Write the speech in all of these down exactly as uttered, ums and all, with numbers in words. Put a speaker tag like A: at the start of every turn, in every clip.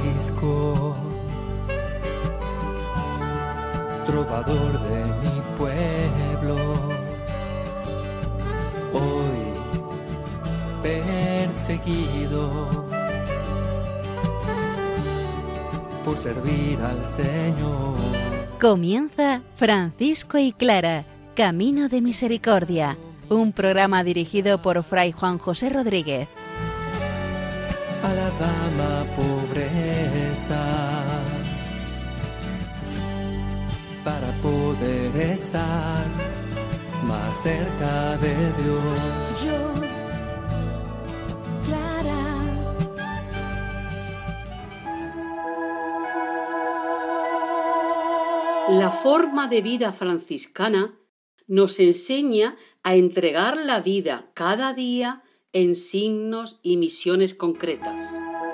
A: Francisco, trovador de mi pueblo, hoy perseguido por servir al Señor.
B: Comienza Francisco y Clara, Camino de Misericordia, un programa dirigido por Fray Juan José Rodríguez.
A: A la dama pobreza, para poder estar más cerca de Dios.
C: Yo, Clara.
D: La forma de vida franciscana nos enseña a entregar la vida cada día en signos y misiones concretas.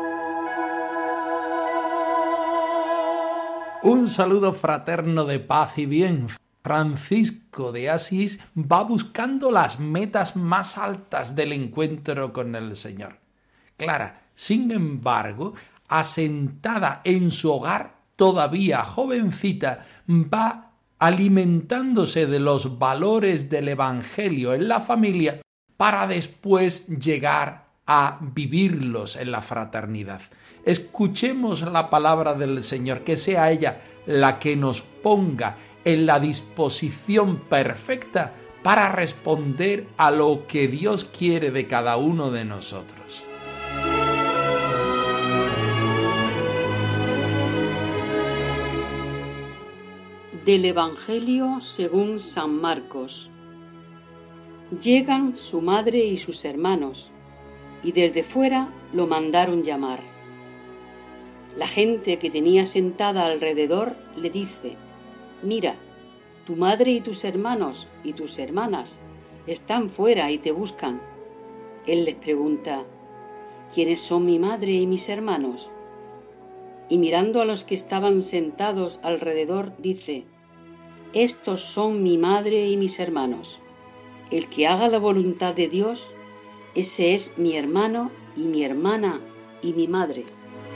E: Un saludo fraterno de paz y bien. Francisco de Asís va buscando las metas más altas del encuentro con el Señor. Clara, sin embargo, asentada en su hogar, todavía jovencita, va alimentándose de los valores del Evangelio en la familia para después llegar a vivirlos en la fraternidad. Escuchemos la palabra del Señor, que sea ella la que nos ponga en la disposición perfecta para responder a lo que Dios quiere de cada uno de nosotros.
D: Del Evangelio según San Marcos. Llegan su madre y sus hermanos, y desde fuera lo mandaron llamar. La gente que tenía sentada alrededor le dice: «Mira, tu madre y tus hermanos y tus hermanas están fuera y te buscan». Él les pregunta: «¿Quiénes son mi madre y mis hermanos?». Y mirando a los que estaban sentados alrededor, dice: «Estos son mi madre y mis hermanos. El que haga la voluntad de Dios, ese es mi hermano y mi hermana y mi madre».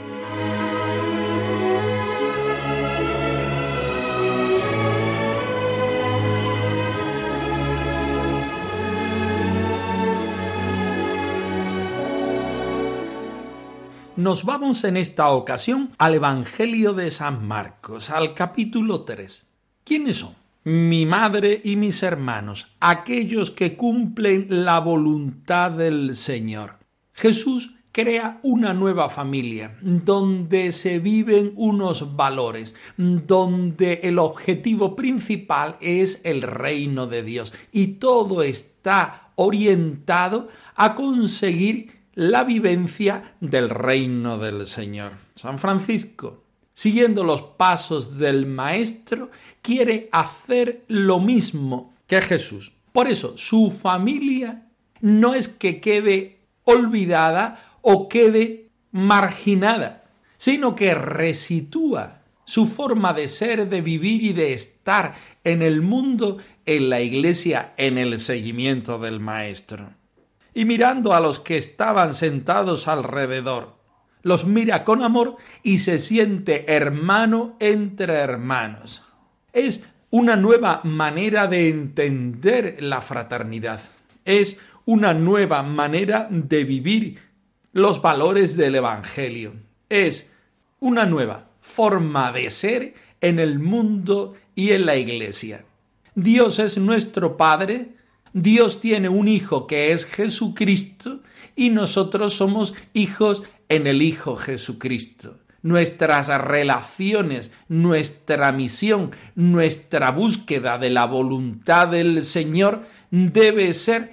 E: Nos vamos en esta ocasión al Evangelio de San Marcos, al capítulo tres. ¿Quiénes son? Mi madre y mis hermanos, aquellos que cumplen la voluntad del Señor. Jesús crea una nueva familia, donde se viven unos valores, donde el objetivo principal es el reino de Dios, y todo está orientado a conseguir la vivencia del reino del Señor. San Francisco, siguiendo los pasos del Maestro, quiere hacer lo mismo que Jesús. Por eso, su familia no es que quede olvidada o quede marginada, sino que resitúa su forma de ser, de vivir y de estar en el mundo, en la Iglesia, en el seguimiento del Maestro. Y mirando a los que estaban sentados alrededor, los mira con amor y se siente hermano entre hermanos. Es una nueva manera de entender la fraternidad. Es una nueva manera de vivir los valores del Evangelio. Es una nueva forma de ser en el mundo y en la Iglesia. Dios es nuestro Padre. Dios tiene un Hijo que es Jesucristo y nosotros somos hijos en el Hijo Jesucristo. Nuestras relaciones, nuestra misión, nuestra búsqueda de la voluntad del Señor debe ser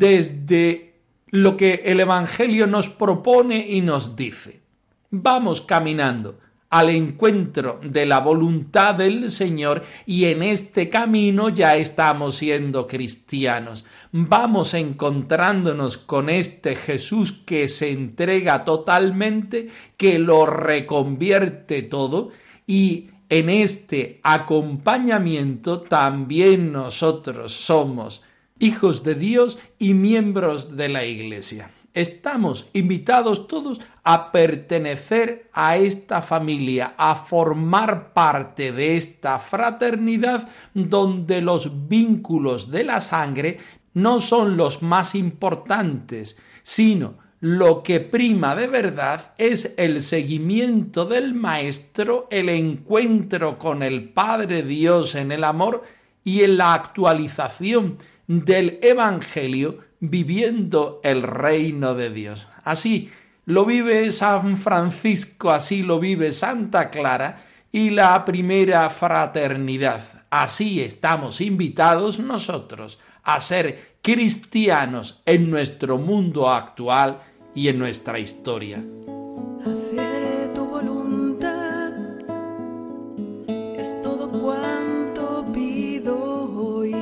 E: desde lo que el Evangelio nos propone y nos dice. Vamos caminando al encuentro de la voluntad del Señor y en este camino ya estamos siendo cristianos. Vamos encontrándonos con este Jesús que se entrega totalmente, que lo reconvierte todo, y en este acompañamiento también nosotros somos hijos de Dios y miembros de la Iglesia. Estamos invitados todos a pertenecer a esta familia, a formar parte de esta fraternidad donde los vínculos de la sangre no son los más importantes, sino lo que prima de verdad es el seguimiento del Maestro, el encuentro con el Padre Dios en el amor y en la actualización del Evangelio viviendo el reino de Dios. Así lo vive San Francisco, así lo vive Santa Clara y la primera fraternidad. Así estamos invitados nosotros a ser cristianos en nuestro mundo actual y en nuestra historia.
C: Hacer tu voluntad es todo cuanto pido hoy.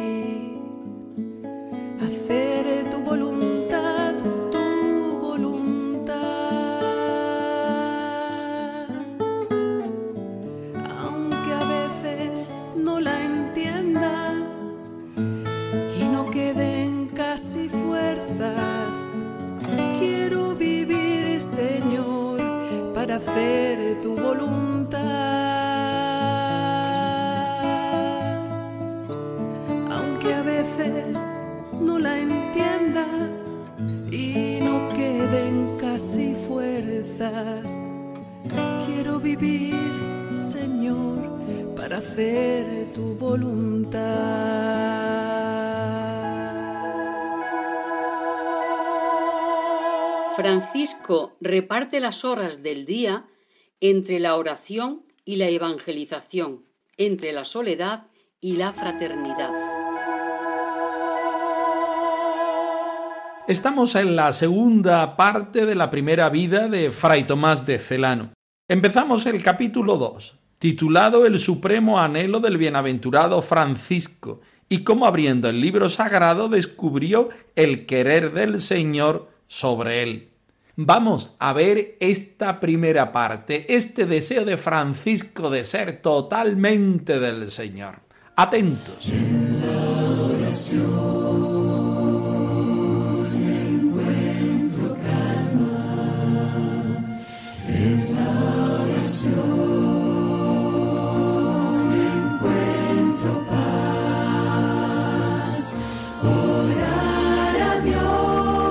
C: Hacer tu voluntad, tu voluntad. Aunque a veces no la entienda y no queden casi fuerzas, quiero vivir, Señor, para hacer tu voluntad. Aunque a veces no la entienda y no queden casi fuerzas, quiero vivir, Señor, para hacer tu voluntad.
D: Francisco reparte las horas del día entre la oración y la evangelización, entre la soledad y la fraternidad.
E: Estamos en la segunda parte de la primera vida de Fray Tomás de Celano. Empezamos el capítulo dos, titulado El supremo anhelo del bienaventurado Francisco, y cómo abriendo el libro sagrado descubrió el querer del Señor sobre él. Vamos a ver esta primera parte, este deseo de Francisco de ser totalmente del Señor. Atentos. En la oración encuentro calma, en la oración encuentro paz, orar a Dios.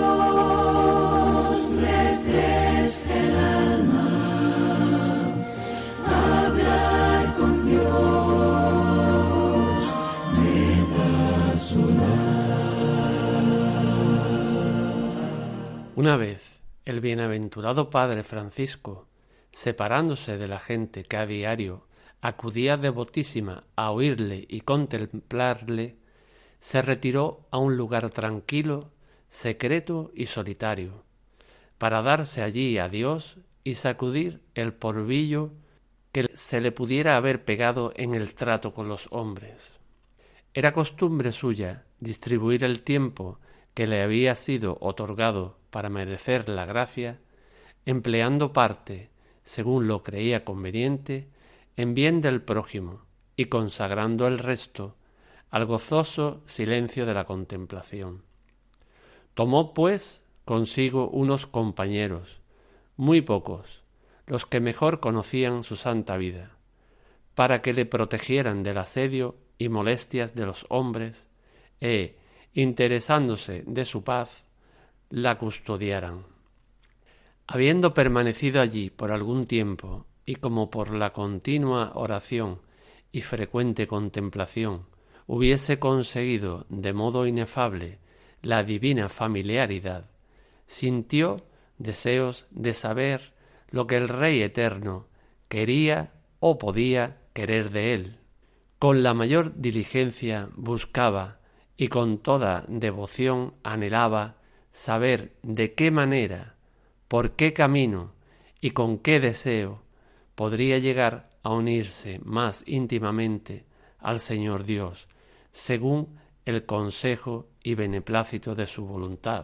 F: Una vez, el bienaventurado padre Francisco, separándose de la gente que a diario acudía devotísima a oírle y contemplarle, se retiró a un lugar tranquilo, secreto y solitario, para darse allí a Dios y sacudir el polvillo que se le pudiera haber pegado en el trato con los hombres. Era costumbre suya distribuir el tiempo que le había sido otorgado para merecer la gracia, empleando parte, según lo creía conveniente, en bien del prójimo y consagrando el resto al gozoso silencio de la contemplación. Tomó, pues, consigo unos compañeros, muy pocos, los que mejor conocían su santa vida, para que le protegieran del asedio y molestias de los hombres, e, interesándose de su paz, la custodiaran. Habiendo permanecido allí por algún tiempo, y como por la continua oración y frecuente contemplación hubiese conseguido de modo inefable la divina familiaridad, sintió deseos de saber lo que el Rey Eterno quería o podía querer de él. Con la mayor diligencia buscaba y con toda devoción anhelaba saber de qué manera, por qué camino y con qué deseo podría llegar a unirse más íntimamente al Señor Dios, según el consejo y beneplácito de su voluntad.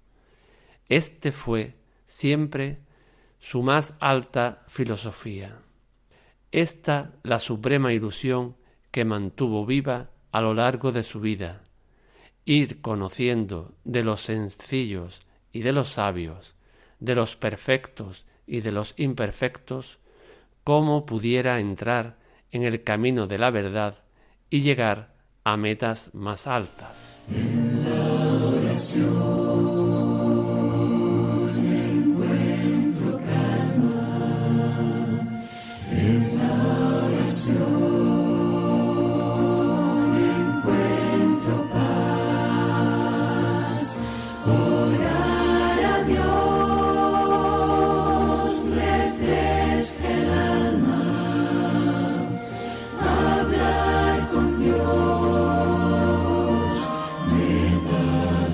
F: Este fue siempre su más alta filosofía, esta la suprema ilusión que mantuvo viva a lo largo de su vida, ir conociendo de los sencillos y de los sabios, de los perfectos y de los imperfectos, cómo pudiera entrar en el camino de la verdad y llegar a metas más altas. En la oración encuentro calma, en la oración encuentro paz, orar a Dios refresca el alma, hablar con Dios me da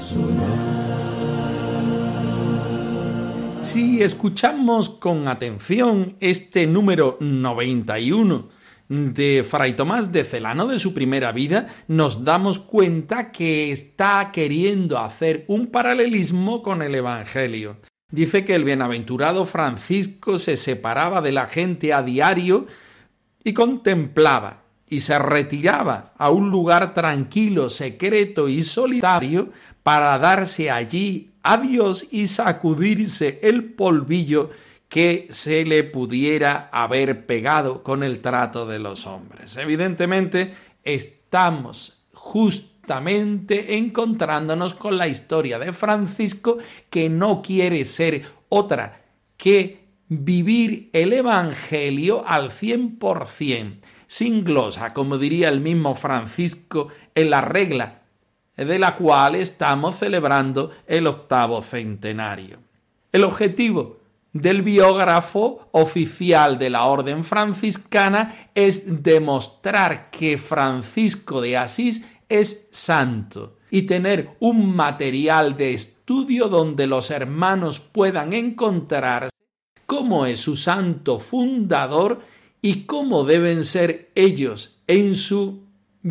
F: solar.
E: Si escuchamos con atención este número noventa y uno de Fray Tomás de Celano, de su primera vida, nos damos cuenta que está queriendo hacer un paralelismo con el Evangelio. Dice que el bienaventurado Francisco se separaba de la gente a diario y contemplaba, y se retiraba a un lugar tranquilo, secreto y solitario para darse allí a Dios y sacudirse el polvillo que se le pudiera haber pegado con el trato de los hombres. Evidentemente, estamos justamente encontrándonos con la historia de Francisco, que no quiere ser otra que vivir el Evangelio al cien por cien, sin glosa, como diría el mismo Francisco en la regla de la cual estamos celebrando el octavo centenario. El objetivo del biógrafo oficial de la Orden Franciscana es demostrar que Francisco de Asís es santo y tener un material de estudio donde los hermanos puedan encontrar cómo es su santo fundador y cómo deben ser ellos en su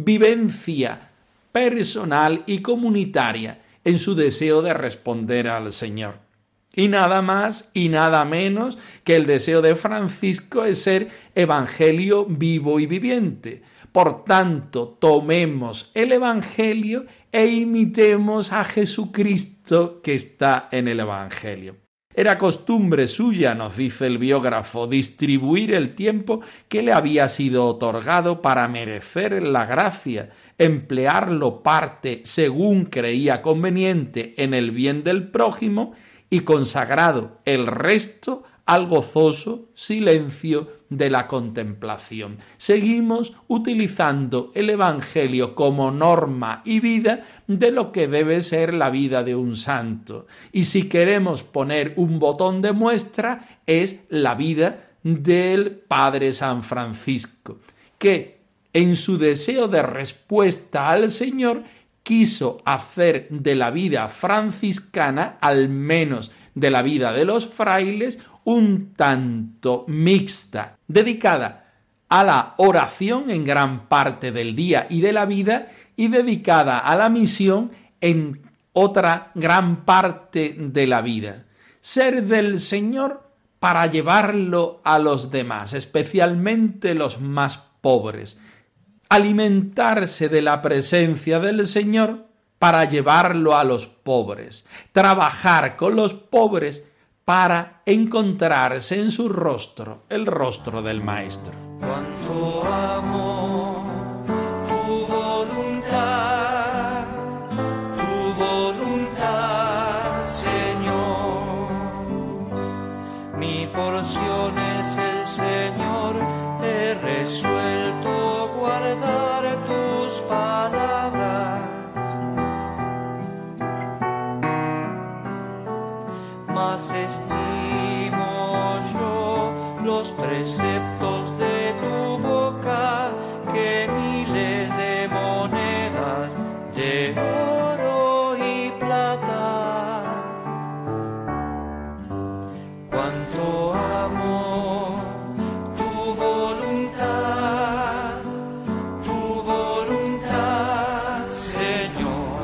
E: vivencia personal y comunitaria, en su deseo de responder al Señor. Y nada más y nada menos que el deseo de Francisco es ser evangelio vivo y viviente. Por tanto, tomemos el evangelio e imitemos a Jesucristo que está en el evangelio. Era costumbre suya, nos dice el biógrafo, distribuir el tiempo que le había sido otorgado para merecer la gracia, emplearlo parte según creía conveniente en el bien del prójimo y consagrado el resto al gozoso silencio de la contemplación. Seguimos utilizando el Evangelio como norma y vida de lo que debe ser la vida de un santo. Y si queremos poner un botón de muestra, es la vida del Padre San Francisco, que en su deseo de respuesta al Señor quiso hacer de la vida franciscana, al menos de la vida de los frailes, un tanto mixta, dedicada a la oración en gran parte del día y de la vida y dedicada a la misión en otra gran parte de la vida. Ser del Señor para llevarlo a los demás, especialmente los más pobres. Alimentarse de la presencia del Señor para llevarlo a los pobres. Trabajar con los pobres para encontrarse en su rostro, el rostro del Maestro.
A: Cuánto amo tu voluntad, tu voluntad, Señor. Mi porción es el Señor, he resuelto guardar tus palabras. Más estimo yo los preceptos de tu boca que miles de monedas de oro y plata. Cuánto amo tu voluntad, tu voluntad, Señor.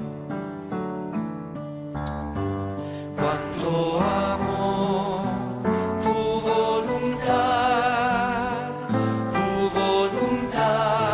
A: Cuánto amo tu voluntad, tu voluntad.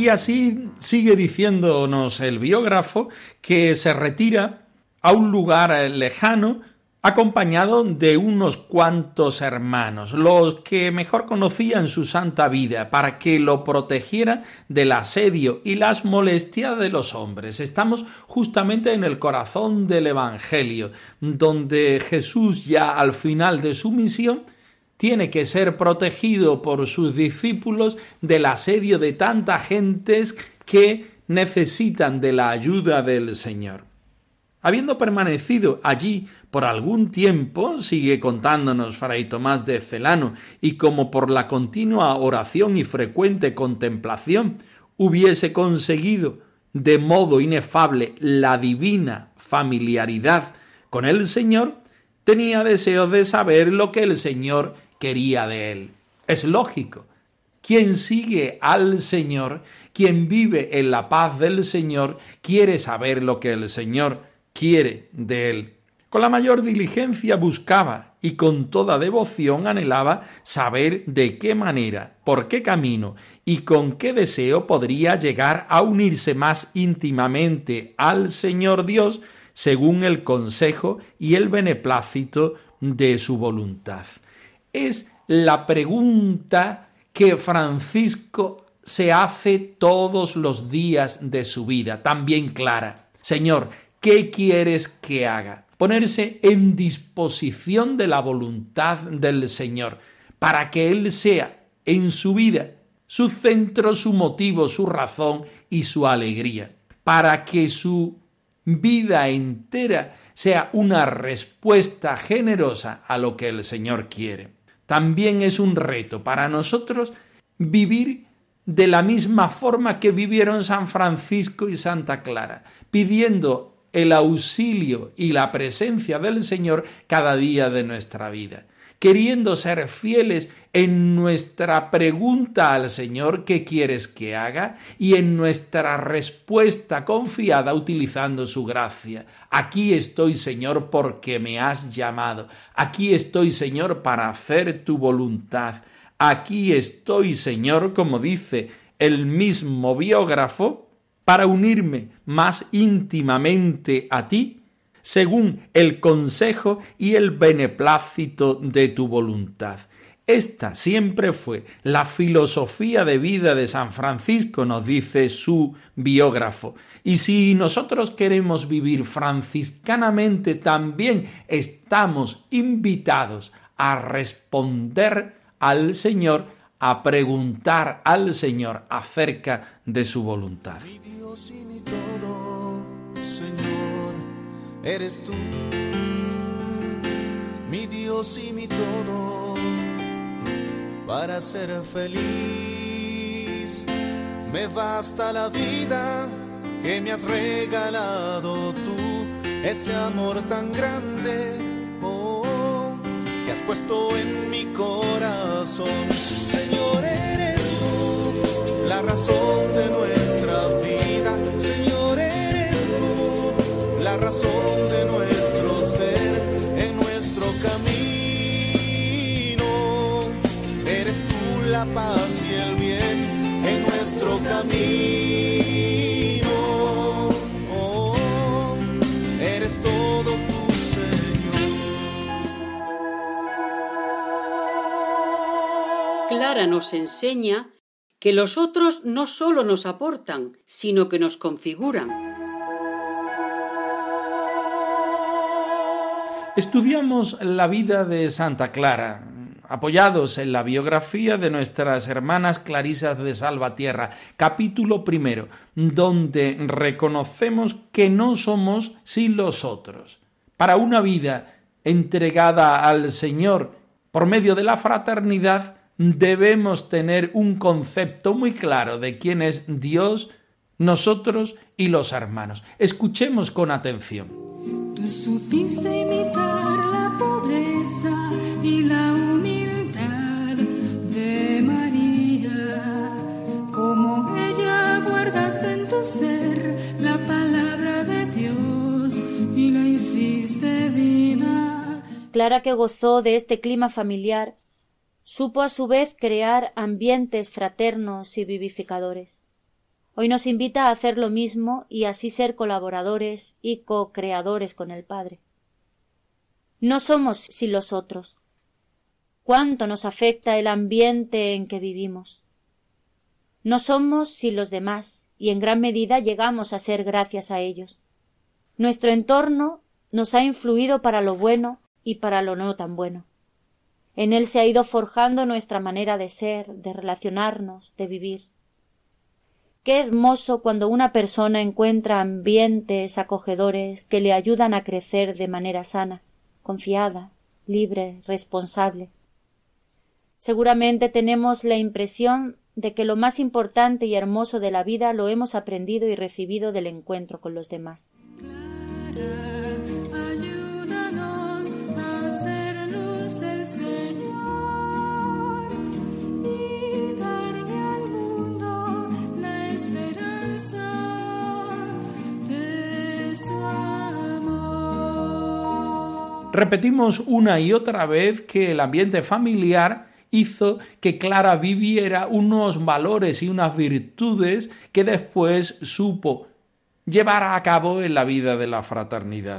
E: Y así sigue diciéndonos el biógrafo que se retira a un lugar lejano acompañado de unos cuantos hermanos, los que mejor conocían su santa vida, para que lo protegiera del asedio y las molestias de los hombres. Estamos justamente en el corazón del Evangelio, donde Jesús, ya al final de su misión, tiene que ser protegido por sus discípulos del asedio de tantas gentes que necesitan de la ayuda del Señor. Habiendo permanecido allí por algún tiempo, sigue contándonos Fray Tomás de Celano, y como por la continua oración y frecuente contemplación hubiese conseguido de modo inefable la divina familiaridad con el Señor, tenía deseos de saber lo que el Señor quería de él. Es lógico. Quien sigue al Señor, quien vive en la paz del Señor, quiere saber lo que el Señor quiere de él. Con la mayor diligencia buscaba y con toda devoción anhelaba saber de qué manera, por qué camino y con qué deseo podría llegar a unirse más íntimamente al Señor Dios según el consejo y el beneplácito de su voluntad. Es la pregunta que Francisco se hace todos los días de su vida, también clara. Señor, ¿qué quieres que haga? Ponerse en disposición de la voluntad del Señor, para que Él sea en su vida su centro, su motivo, su razón y su alegría, para que su vida entera sea una respuesta generosa a lo que el Señor quiere. También es un reto para nosotros vivir de la misma forma que vivieron San Francisco y Santa Clara, pidiendo el auxilio y la presencia del Señor cada día de nuestra vida, queriendo ser fieles en nuestra pregunta al Señor ¿qué quieres que haga? Y en nuestra respuesta confiada utilizando su gracia. Aquí estoy, Señor, porque me has llamado. Aquí estoy, Señor, para hacer tu voluntad. Aquí estoy, Señor, como dice el mismo biógrafo, para unirme más íntimamente a ti, según el consejo y el beneplácito de tu voluntad. Esta siempre fue la filosofía de vida de San Francisco, nos dice su biógrafo. Y si nosotros queremos vivir franciscanamente, también estamos invitados a responder al Señor, a preguntar al Señor acerca de su voluntad.
G: Mi Dios y mi todo, Señor, eres tú. Mi Dios y mi todo, para ser feliz me basta la vida que me has regalado tú, ese amor tan grande, oh, que has puesto en mi corazón. Señor, eres tú la razón de nuestra vida. Señor, eres tú la razón de nuestro ser, en nuestro camino. Eres tú la paz y el bien en nuestro camino. Oh, eres todo tú, Señor.
D: Clara nos enseña que los otros no solo nos aportan, sino que nos configuran.
E: Estudiamos la vida de Santa Clara, apoyados en la biografía de nuestras hermanas clarisas de Salvatierra, capítulo primero, donde reconocemos que no somos sin los otros. Para una vida entregada al Señor por medio de la fraternidad, debemos tener un concepto muy claro de quién es Dios, nosotros y los hermanos. Escuchemos con atención.
H: Tú supiste imitar la pobreza y la humildad de María. Como ella guardaste en tu ser la palabra de Dios y la hiciste vida.
I: Clara, que gozó de este clima familiar, supo a su vez crear ambientes fraternos y vivificadores. Hoy nos invita a hacer lo mismo y así ser colaboradores y co-creadores con el Padre. No somos sin los otros. ¿Cuánto nos afecta el ambiente en que vivimos? No somos sin los demás y en gran medida llegamos a ser gracias a ellos. Nuestro entorno nos ha influido para lo bueno y para lo no tan bueno. En él se ha ido forjando nuestra manera de ser, de relacionarnos, de vivir. Qué hermoso cuando una persona encuentra ambientes acogedores que le ayudan a crecer de manera sana, confiada, libre, responsable. Seguramente tenemos la impresión de que lo más importante y hermoso de la vida lo hemos aprendido y recibido del encuentro con los demás.
H: Clara, ayúdanos a ser luz del Señor y darle al mundo la esperanza de su amor.
E: Repetimos una y otra vez que el ambiente familiar hizo que Clara viviera unos valores y unas virtudes que después supo llevar a cabo en la vida de la fraternidad.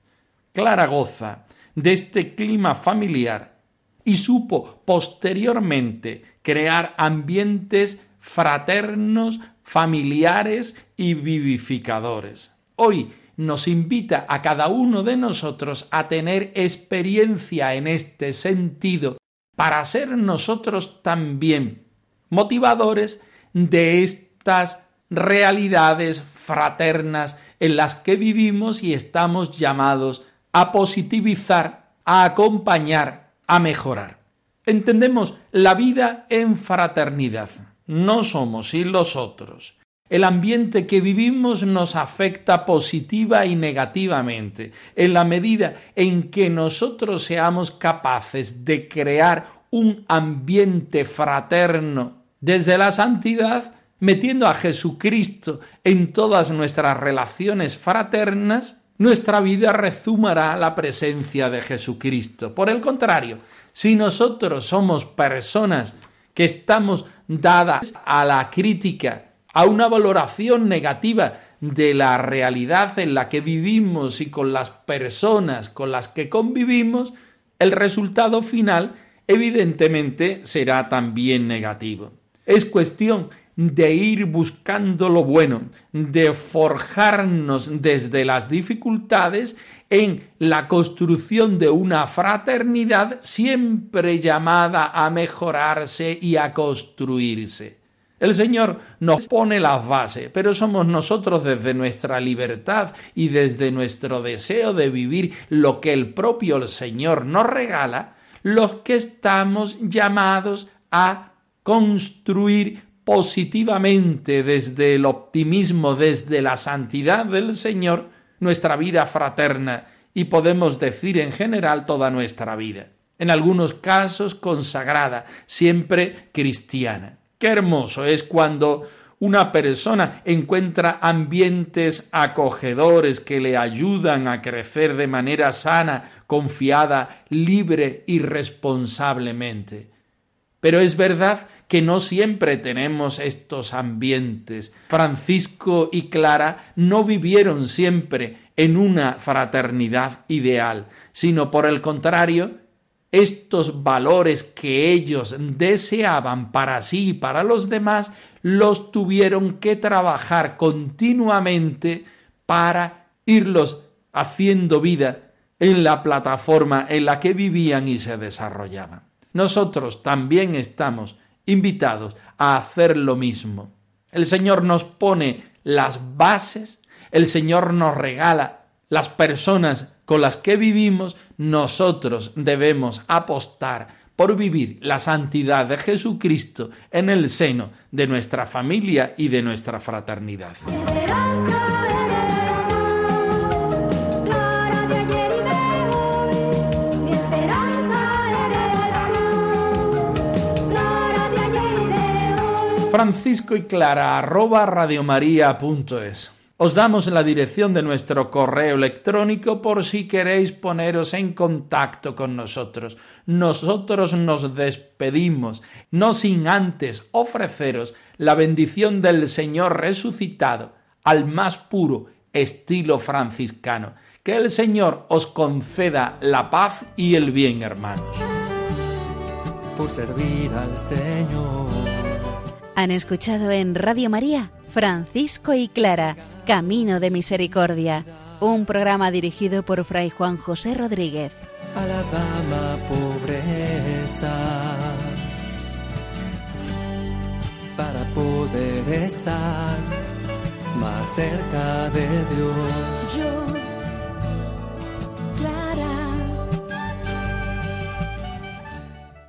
E: Clara goza de este clima familiar y supo posteriormente crear ambientes fraternos, familiares y vivificadores. Hoy nos invita a cada uno de nosotros a tener experiencia en este sentido para ser nosotros también motivadores de estas realidades fraternas en las que vivimos y estamos llamados a positivizar, a acompañar, a mejorar. Entendemos la vida en fraternidad. No somos sin los otros. El ambiente que vivimos nos afecta positiva y negativamente. En la medida en que nosotros seamos capaces de crear un ambiente fraterno desde la santidad, metiendo a Jesucristo en todas nuestras relaciones fraternas, nuestra vida rezumará la presencia de Jesucristo. Por el contrario, si nosotros somos personas que estamos dadas a la crítica, a una valoración negativa de la realidad en la que vivimos y con las personas con las que convivimos, el resultado final evidentemente será también negativo. Es cuestión de ir buscando lo bueno, de forjarnos desde las dificultades en la construcción de una fraternidad siempre llamada a mejorarse y a construirse. El Señor nos pone las bases, pero somos nosotros desde nuestra libertad y desde nuestro deseo de vivir lo que el propio Señor nos regala, los que estamos llamados a construir positivamente desde el optimismo, desde la santidad del Señor, nuestra vida fraterna y podemos decir en general toda nuestra vida. En algunos casos consagrada, siempre cristiana. Qué hermoso es cuando una persona encuentra ambientes acogedores que le ayudan a crecer de manera sana, confiada, libre y responsablemente. Pero es verdad que no siempre tenemos estos ambientes. Francisco y Clara no vivieron siempre en una fraternidad ideal, sino por el contrario, estos valores que ellos deseaban para sí y para los demás, los tuvieron que trabajar continuamente para irlos haciendo vida en la plataforma en la que vivían y se desarrollaban. Nosotros también estamos invitados a hacer lo mismo. El Señor nos pone las bases, el Señor nos regala las personas con las que vivimos, nosotros debemos apostar por vivir la santidad de Jesucristo en el seno de nuestra familia y de nuestra fraternidad. Francisco y Clara arroba radiomaria punto es. Os damos la dirección de nuestro correo electrónico por si queréis poneros en contacto con nosotros. Nosotros nos despedimos, no sin antes ofreceros la bendición del Señor resucitado al más puro estilo franciscano. Que el Señor os conceda la paz y el bien, hermanos.
A: Por servir al Señor.
B: Han escuchado en Radio María Francisco y Clara, Camino de Misericordia, un programa dirigido por Fray Juan José Rodríguez.
A: A la dama pobreza, para poder estar más cerca de Dios.
H: Yo